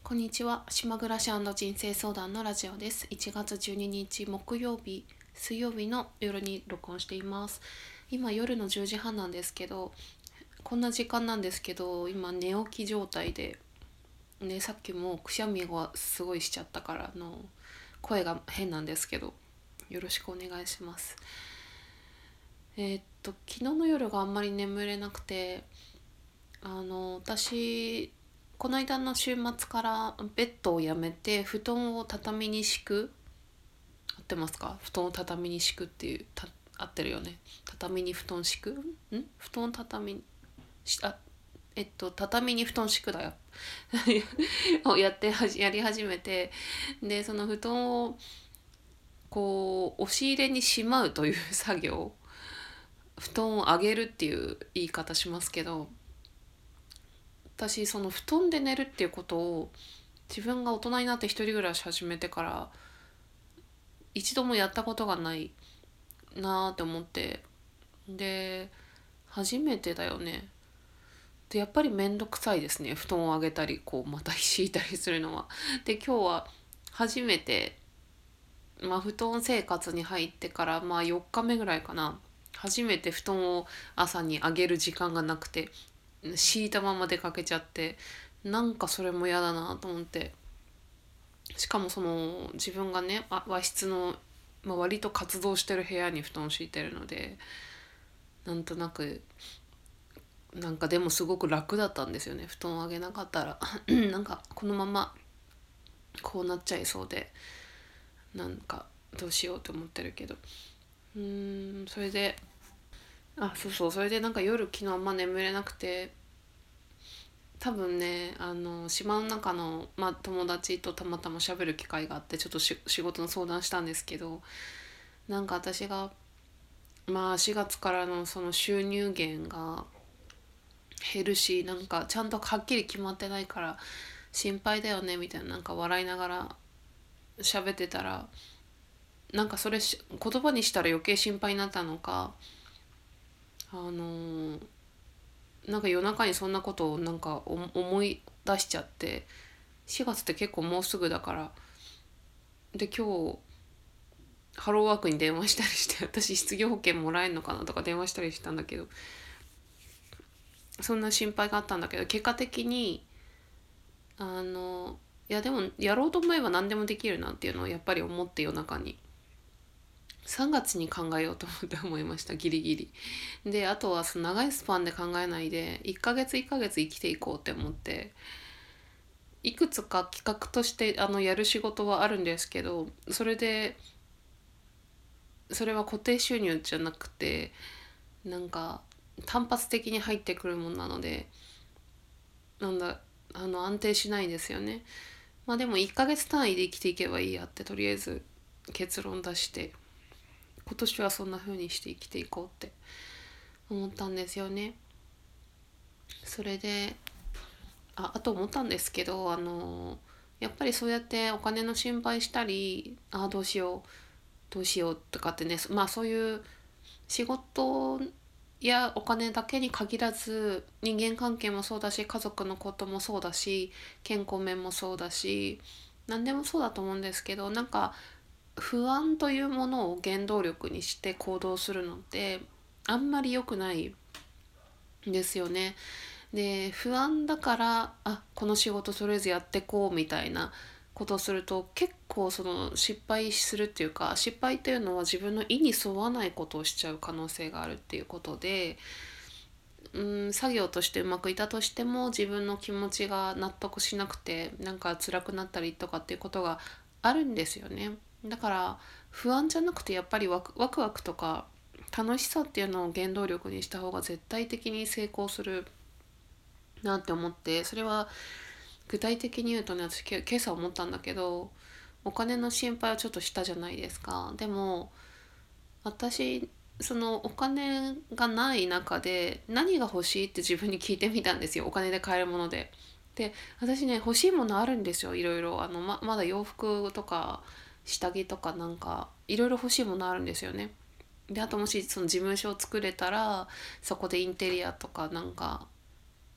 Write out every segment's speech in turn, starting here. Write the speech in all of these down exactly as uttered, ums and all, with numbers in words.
こんにちは。島暮らし人生相談のラジオです。いちがつじゅうににち木曜日、水曜日の夜に録音しています。今夜のじゅうじはんなんですけど、こんな時間なんですけど、今寝起き状態で、ね、さっきもくしゃみがすごいしちゃったからの声が変なんですけど、よろしくお願いします。えーっと、昨日の夜があんまり眠れなくて、あの私この間の週末からベッドをやめて布団を畳に敷く。合ってますか？布団を畳に敷くっていうた合ってるよね。畳に布団敷くん布団畳にしあえっと畳に布団敷くだよをやってはじやり始めて、でその布団をこう押し入れにしまうという作業、布団を上げるっていう言い方しますけど、私その布団で寝るっていうことを自分が大人になって一人暮らし始めてから一度もやったことがないなーって思って、で初めてだよね。でやっぱり面倒くさいですね、布団を上げたりこうまた敷いたりするのは。で今日は初めて、まあ、布団生活に入ってからまあよっかめぐらいかな、初めて布団を朝に上げる時間がなくて敷いたまま出かけちゃって、なんかそれも嫌だなと思って。しかもその自分がね和室の、まあ、割と活動してる部屋に布団を敷いてるので、なんとなくなんかでもすごく楽だったんですよね、布団を上げなかったらなんかこのままこうなっちゃいそうで、なんかどうしようと思ってるけど、うーんそれであそうそうそれでなんか夜昨日あんま眠れなくて、多分ねあの島の中の、まあ、友達とたまたま喋る機会があってちょっとし仕事の相談したんですけど、なんか私がまあしがつからのその収入源が減るし、なんかちゃんとはっきり決まってないから心配だよねみたいな、なんか笑いながら喋ってたら、なんかそれし言葉にしたら余計心配になったのか、あのーなんか夜中にそんなことをなんか思い出しちゃって、しがつって結構もうすぐだから、で今日ハローワークに電話したりして、私失業保険もらえるのかなとか電話したりしたんだけど、そんな心配があったんだけど、結果的にあのいやでもやろうと思えば何でもできるなっていうのをやっぱり思って、夜中にさんがつに考えようと思って思いました、ギリギリで。あとはその長いスパンで考えないでいっかげついっかげつ生きていこうって思って、いくつか企画としてあのやる仕事はあるんですけど、それでそれは固定収入じゃなくて、なんか単発的に入ってくるものなので、なんだあの安定しないんですよね。まあでもいっかげつ単位で生きていけばいいやってとりあえず結論出して、今年はそんな風にして生きていこうって思ったんですよね。それでああと思ったんですけど、あのやっぱりそうやってお金の心配したり、あどうしようどうしようとかってね、まあそういう仕事やお金だけに限らず、人間関係もそうだし家族のこともそうだし健康面もそうだし、何でもそうだと思うんですけど、なんか不安というものを原動力にして行動するのってあんまり良くないんですよね。で不安だからあこの仕事とりあえずやってこうみたいなことをすると、結構その失敗するっていうか、失敗っていうのは自分の意に沿わないことをしちゃう可能性があるっていうことで、うん作業としてうまくいったとしても自分の気持ちが納得しなくてなんか辛くなったりとかっていうことがあるんですよね。だから不安じゃなくてやっぱりワクワクワクとか楽しさっていうのを原動力にした方が絶対的に成功するなって思って、それは具体的に言うとね、私今朝思ったんだけど、お金の心配はちょっとしたじゃないですか。でも私そのお金がない中で何が欲しいって自分に聞いてみたんですよ、お金で買えるもので。で私ね欲しいものあるんですよ、いろいろ。あのままだ洋服とか下着とかなんかいろいろ欲しいものあるんですよね。であともしその事務所を作れたらそこでインテリアとかなんか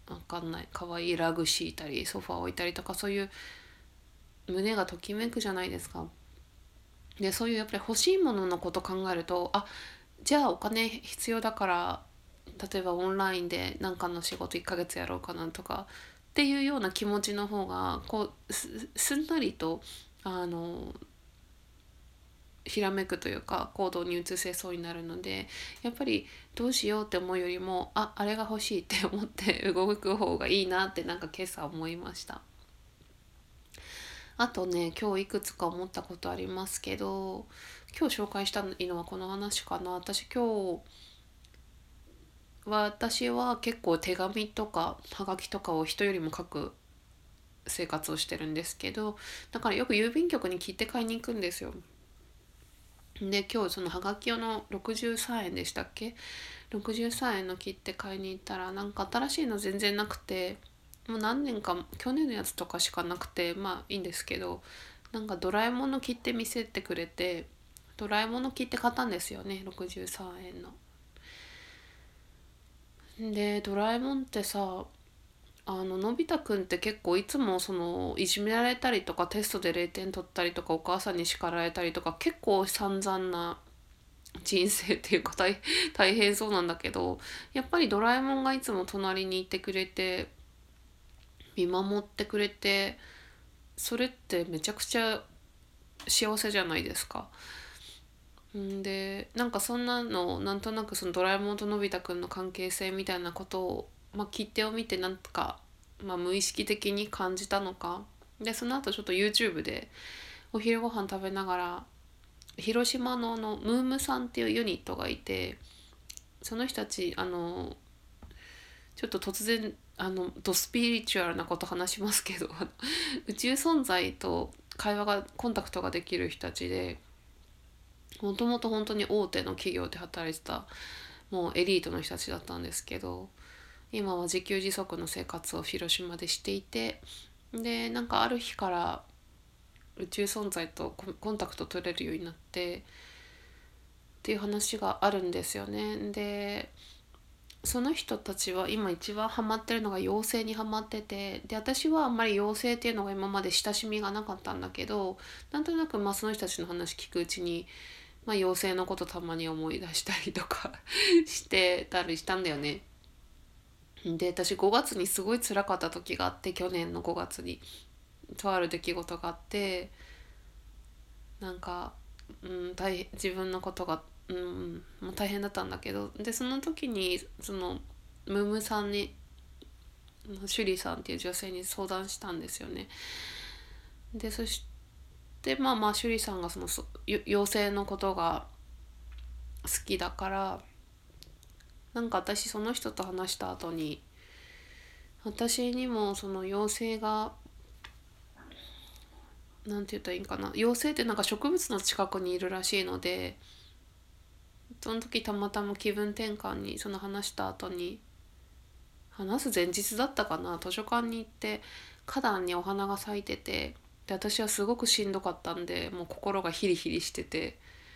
わかんない可愛いラグ敷いたりソファー置いたりとか、そういう胸がときめくじゃないですか。でそういうやっぱり欲しいもののこと考えると、あ、じゃあお金必要だから例えばオンラインで何かの仕事いっかげつやろうかなとかっていうような気持ちの方がこう す, すんなりとあのひらめくというか行動に移せそうになるので、やっぱりどうしようって思うよりも、あ、あれが欲しいって思って動く方がいいなって、なんか今朝思いました。あとね、今日いくつか思ったことありますけど、今日紹介したいのはこの話かな。私今日私は結構手紙とかはがきとかを人よりも書く生活をしてるんですけど、だからよく郵便局に切って買いに行くんですよ。で今日そのはがき用のろくじゅうさんえんでしたっけ、ろくじゅうさんえんの切って買いに行ったら、なんか新しいの全然なくて、もう何年か去年のやつとかしかなくて、まあいいんですけど、なんかドラえもんの切手見せてくれて、ドラえもんの切手買ったんですよね、ろくじゅうさんえんの。でドラえもんってさ、あののび太くんって結構いつもそのいじめられたりとかテストでれいてん取ったりとかお母さんに叱られたりとか結構散々な人生っていうか大大変そうなんだけど、やっぱりドラえもんがいつも隣にいてくれて見守ってくれて、それってめちゃくちゃ幸せじゃないですか。んでなんかそんなのなんとなくそのドラえもんとのび太くんの関係性みたいなことを、まあ、切手を見てなんとか、まあ、無意識的に感じたのか、でその後ちょっと YouTube でお昼ご飯食べながら、広島のあのムームさんっていうユニットがいて、その人たちあのちょっと突然あのドスピリチュアルなこと話しますけど宇宙存在と会話がコンタクトができる人たちで、もともと本当に大手の企業で働いてたもうエリートの人たちだったんですけど、今は自給自足の生活を広島でしていて、でなんかある日から宇宙存在とコンタクト取れるようになってっていう話があるんですよね。でその人たちは今一番ハマってるのが妖精にハマってて、で私はあんまり妖精っていうのが今まで親しみがなかったんだけど、なんとなくまあその人たちの話聞くうちに、まあ、妖精のことたまに思い出したりとかしてたりしたんだよね。で私ごがつにすごい辛かった時があって、去年のごがつにとある出来事があって、なんか、うん、大変自分のことが、うん、もう大変だったんだけど、でその時にそのムムさんにシュリさんっていう女性に相談したんですよね。でそしてまあまあシュリさんがそのそ妖精のことが好きだから、なんか私その人と話した後に、私にもその妖精がなんて言ったらいいんかな、妖精ってなんか植物の近くにいるらしいので、その時たまたま気分転換にその話した後に、話す前日だったかな、図書館に行って花壇にお花が咲いてて、で私はすごくしんどかったんでもう心がヒリヒリしてて、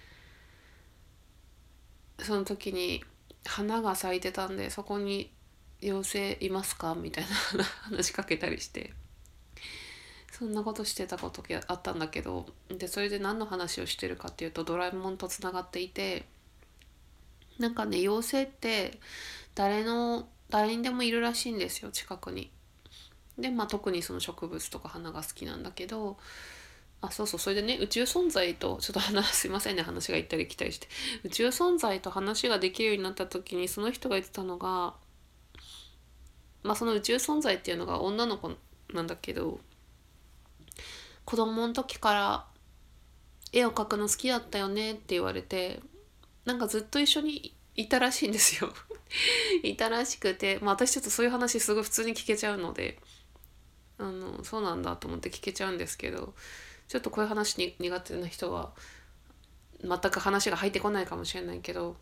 その時に花が咲いてたんで、そこに妖精いますかみたいな話しかけたりして、そんなことしてたことあったんだけど、でそれで何の話をしてるかっていうとドラえもんとつながっていて、なんかね妖精って誰の誰にでもいるらしいんですよ、近くに。でまあ特にその植物とか花が好きなんだけど、あそうそう、それでね宇宙存在とちょっと話すいませんね、話が行ったり来たりして、宇宙存在と話ができるようになった時にその人が言ってたのが、まあその宇宙存在っていうのが女の子なんだけど、子供の時から絵を描くの好きだったよねって言われて、なんかずっと一緒にいたらしいんですよいたらしくて、まあ私ちょっとそういう話すごい普通に聞けちゃうので、あのそうなんだと思って聞けちゃうんですけど、ちょっとこういう話に苦手な人は全く話が入ってこないかもしれないけど、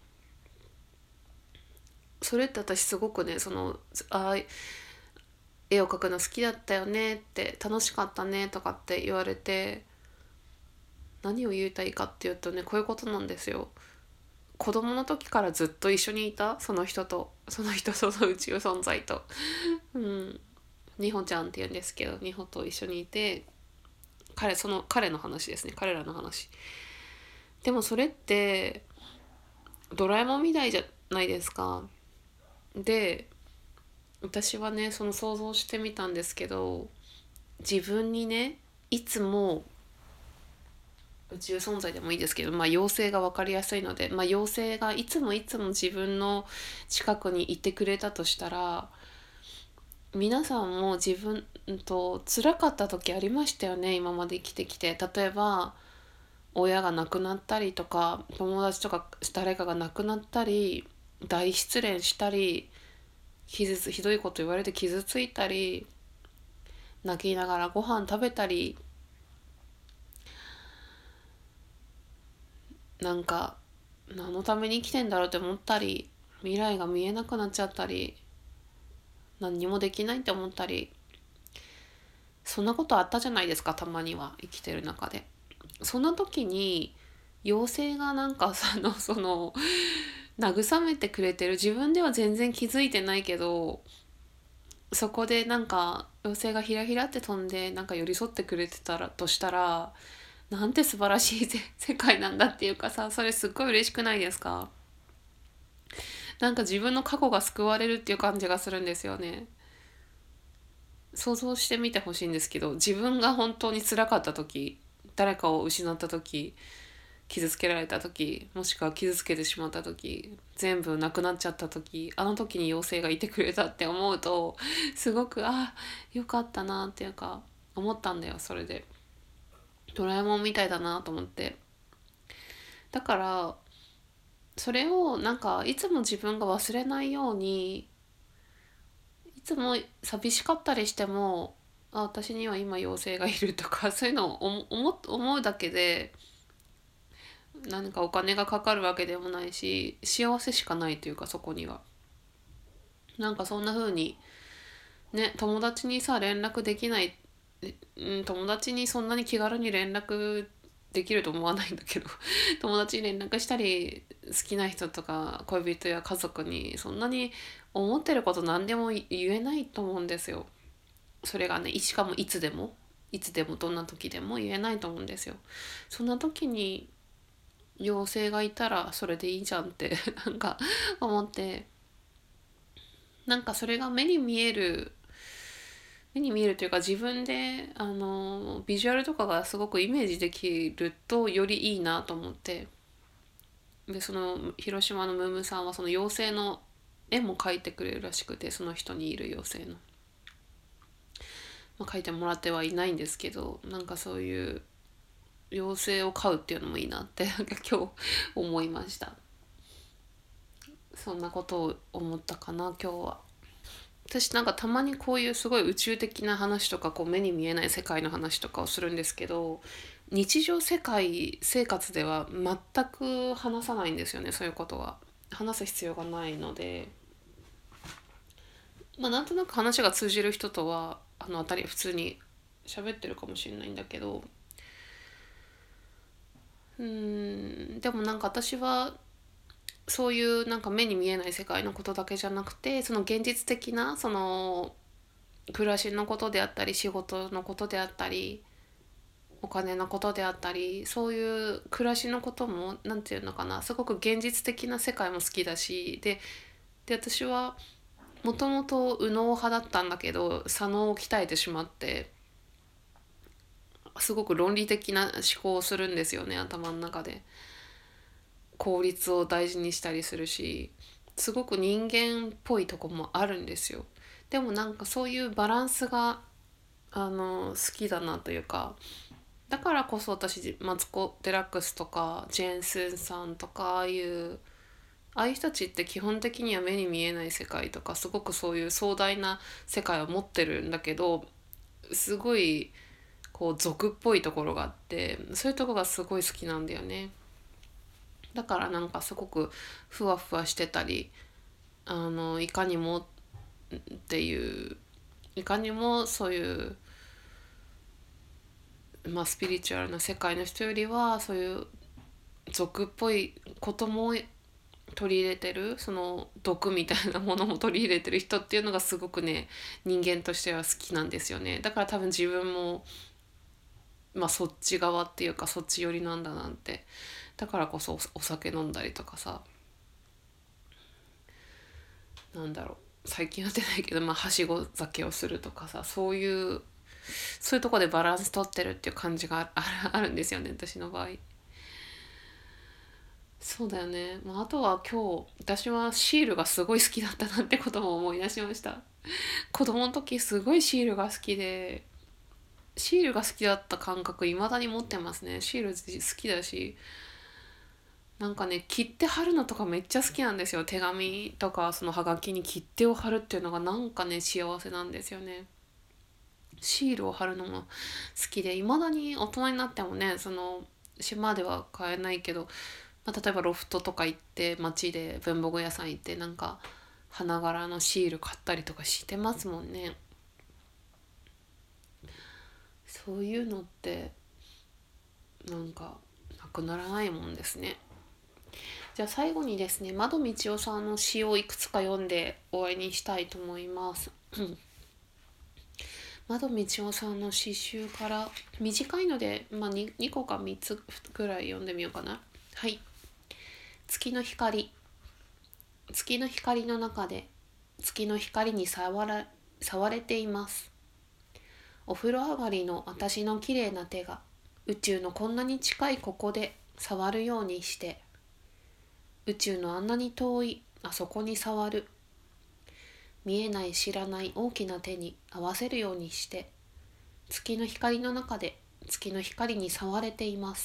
それって私すごくね、そのあ絵を描くの好きだったよねって楽しかったねとかって言われて、何を言いたいかっていうとね、こういうことなんですよ。 子供の時からずっと一緒にいた、その人とその人その宇宙存在と、うん、ニホちゃんって言うんですけど、ニホと一緒にいて、彼その彼の話ですね、彼らの話。でもそれってドラえもんみたいじゃないですか。で、私はねその想像してみたんですけど、自分にねいつも宇宙存在でもいいですけど、まあ、妖精が分かりやすいので、まあ、妖精がいつもいつも自分の近くにいてくれたとしたら、皆さんも自分と辛かった時ありましたよね、今まで生きてきて。例えば親が亡くなったりとか、友達とか誰かが亡くなったり、大失恋したり、傷つひどいこと言われて傷ついたり、泣きながらご飯食べたり、なんか何のために生きてんだろうって思ったり、未来が見えなくなっちゃったり、何にもできないって思ったり、そんなことあったじゃないですか、たまには生きてる中で。そんな時に妖精がなんかそのその慰めてくれてる、自分では全然気づいてないけど、そこでなんか妖精がひらひらって飛んでなんか寄り添ってくれてたらとしたら、なんて素晴らしい世界なんだっていうかさ、それすっごい嬉しくないですか？なんか自分の過去が救われるっていう感じがするんですよね。想像してみてほしいんですけど、自分が本当に辛かった時、誰かを失った時、傷つけられた時、もしくは傷つけてしまった時、全部なくなっちゃった時、あの時に妖精がいてくれたって思うと、すごくあよかったなっていうか思ったんだよ。それでドラえもんみたいだなと思って。だからそれをなんかいつも自分が忘れないように、いつも寂しかったりしても、あ私には今妖精がいるとか、そういうのを思思うだけで、何かお金がかかるわけでもないし、幸せしかないというか、そこにはなんかそんな風にね、友達にさ連絡できない、うん、友達にそんなに気軽に連絡できると思わないんだけど友達に連絡したり、好きな人とか恋人や家族にそんなに思ってること何でも言えないと思うんですよ。それがね、しかもいつでもいつでもどんな時でも言えないと思うんですよ。そんな時に妖精がいたらそれでいいじゃんってなんか思って、なんかそれが目に見える目に見えるというか、自分であのビジュアルとかがすごくイメージできるとよりいいなと思って。でその広島のムームさんはその妖精の絵も描いてくれるらしくて、その人にいる妖精の、まあ、描いてもらってはいないんですけど、なんかそういう妖精を飼うっていうのもいいなってなんか今日思いました。そんなことを思ったかな今日は。私なんかたまにこういうすごい宇宙的な話とか、こう目に見えない世界の話とかをするんですけど、日常世界生活では全く話さないんですよね。そういうことは話す必要がないので、まあなんとなく話が通じる人とはあの当たり普通に喋ってるかもしれないんだけど、うーんでもなんか私はそういうなんか目に見えない世界のことだけじゃなくて、その現実的なその暮らしのことであったり、仕事のことであったり、お金のことであったり、そういう暮らしのこともなんていうのかな、すごく現実的な世界も好きだし、でで私はもともと右脳派だったんだけど左脳を鍛えてしまって、すごく論理的な思考をするんですよね、頭の中で。効率を大事にしたりするし、すごく人間っぽいとこもあるんですよ。でもなんかそういうバランスがあの好きだなというか、だからこそ私マツコ・デラックスとかジェーン・スーさんとか、ああいうああいう人たちって基本的には目に見えない世界とか、すごくそういう壮大な世界を持ってるんだけど、すごいこう俗っぽいところがあって、そういうとこがすごい好きなんだよね。だからなんかすごくふわふわしてたり、あのいかにもっていういかにもそういうまあスピリチュアルな世界の人よりは、そういう俗っぽいことも取り入れてる、その毒みたいなものも取り入れてる人っていうのがすごくね、人間としては好きなんですよね。だから多分自分もまあそっち側っていうかそっち寄りなんだなんて。だからこそお酒飲んだりとかさ、なんだろう、最近やってないけど、まあはしご酒をするとかさ、そういうそういうとこでバランス取ってるっていう感じがあるあるんですよね、私の場合。そうだよね、まあ、あとは今日私はシールがすごい好きだったなってことも思い出しました。子供の時すごいシールが好きで、シールが好きだった感覚いまだに持ってますね。シール好きだし、なんかね、切手貼るのとかめっちゃ好きなんですよ。手紙とかそのハガキに切手を貼るっていうのがなんかね、幸せなんですよね。シールを貼るのも好きで、いまだに大人になってもね、その島では買えないけど、まあ、例えばロフトとか行って街で文房具屋さん行ってなんか花柄のシール買ったりとかしてますもんね。そういうのってなんかなくならないもんですね。じゃあ最後にですね、窓道夫さんの詩をいくつか読んで終わりにしたいと思います。窓道夫さんの詩集から短いので、まあ、2, にこかみっつぐらい読んでみようかな。はい。月の光。月の光の中で月の光に触ら触れています。お風呂上がりの私の綺麗な手が宇宙のこんなに近いここで触るようにして、宇宙のあんなに遠いあそこに触る、見えない知らない大きな手に合わせるようにして、月の光の中で月の光に触れています。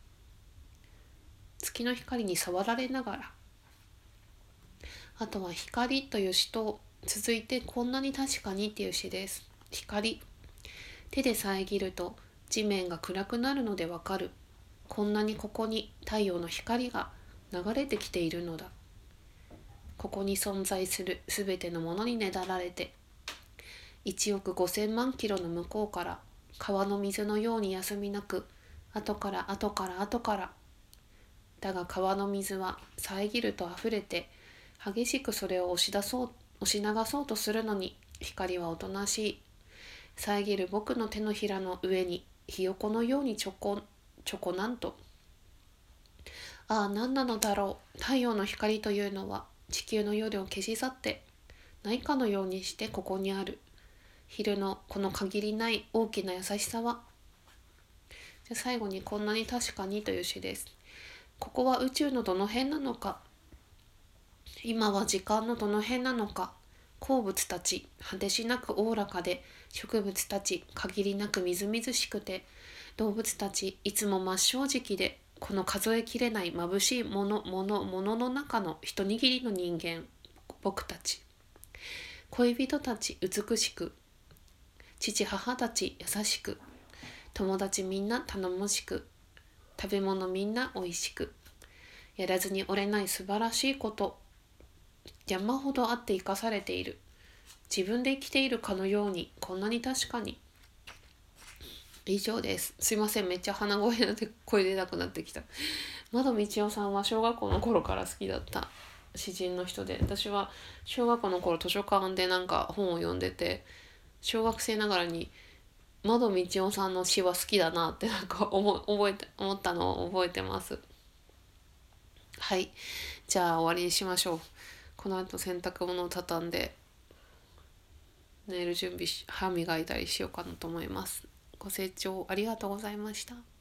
月の光に触られながら。あとは光という詩と続いてこんなに確かにっていう詩です。光。手で遮ると地面が暗くなるのでわかる。こんなにここに太陽の光が流れてきているのだ。ここに存在するすべてのものにねだられて、いちおくごせんまんキロの向こうから川の水のように休みなく、後から後から後から。だが川の水は遮るとあふれて、激しくそれを押し出そう押し流そうとするのに、光はおとなしい。遮る僕の手のひらの上にひよこのようにちょこちょこなんと。ああ、何なのだろう。太陽の光というのは地球の夜を消し去ってないかのようにしてここにある。昼のこの限りない大きな優しさは。じゃ最後にこんなに確かにという詩です。ここは宇宙のどの辺なのか、今は時間のどの辺なのか。鉱物たち果てしなくおおらかで、植物たち限りなくみずみずしくて、動物たちいつも真っ正直で、この数えきれない眩しいものものものの中の一握りの人間、僕たち。恋人たち美しく、父母たち優しく、友達みんな頼もしく、食べ物みんなおいしく、やらずに折れない素晴らしいこと、山ほどあって生かされている。自分で生きているかのように、こんなに確かに。以上です。すいません、めっちゃ鼻声になって声出なくなってきた。窓道夫さんは小学校の頃から好きだった詩人の人で、私は小学校の頃図書館でなんか本を読んでて、小学生ながらに窓道夫さんの詩は好きだなってなんか思覚えて思ったのを覚えてます。はい、じゃあ終わりにしましょう。この後洗濯物を畳んで寝る準備し歯磨いたりしようかなと思います。ご清聴ありがとうございました。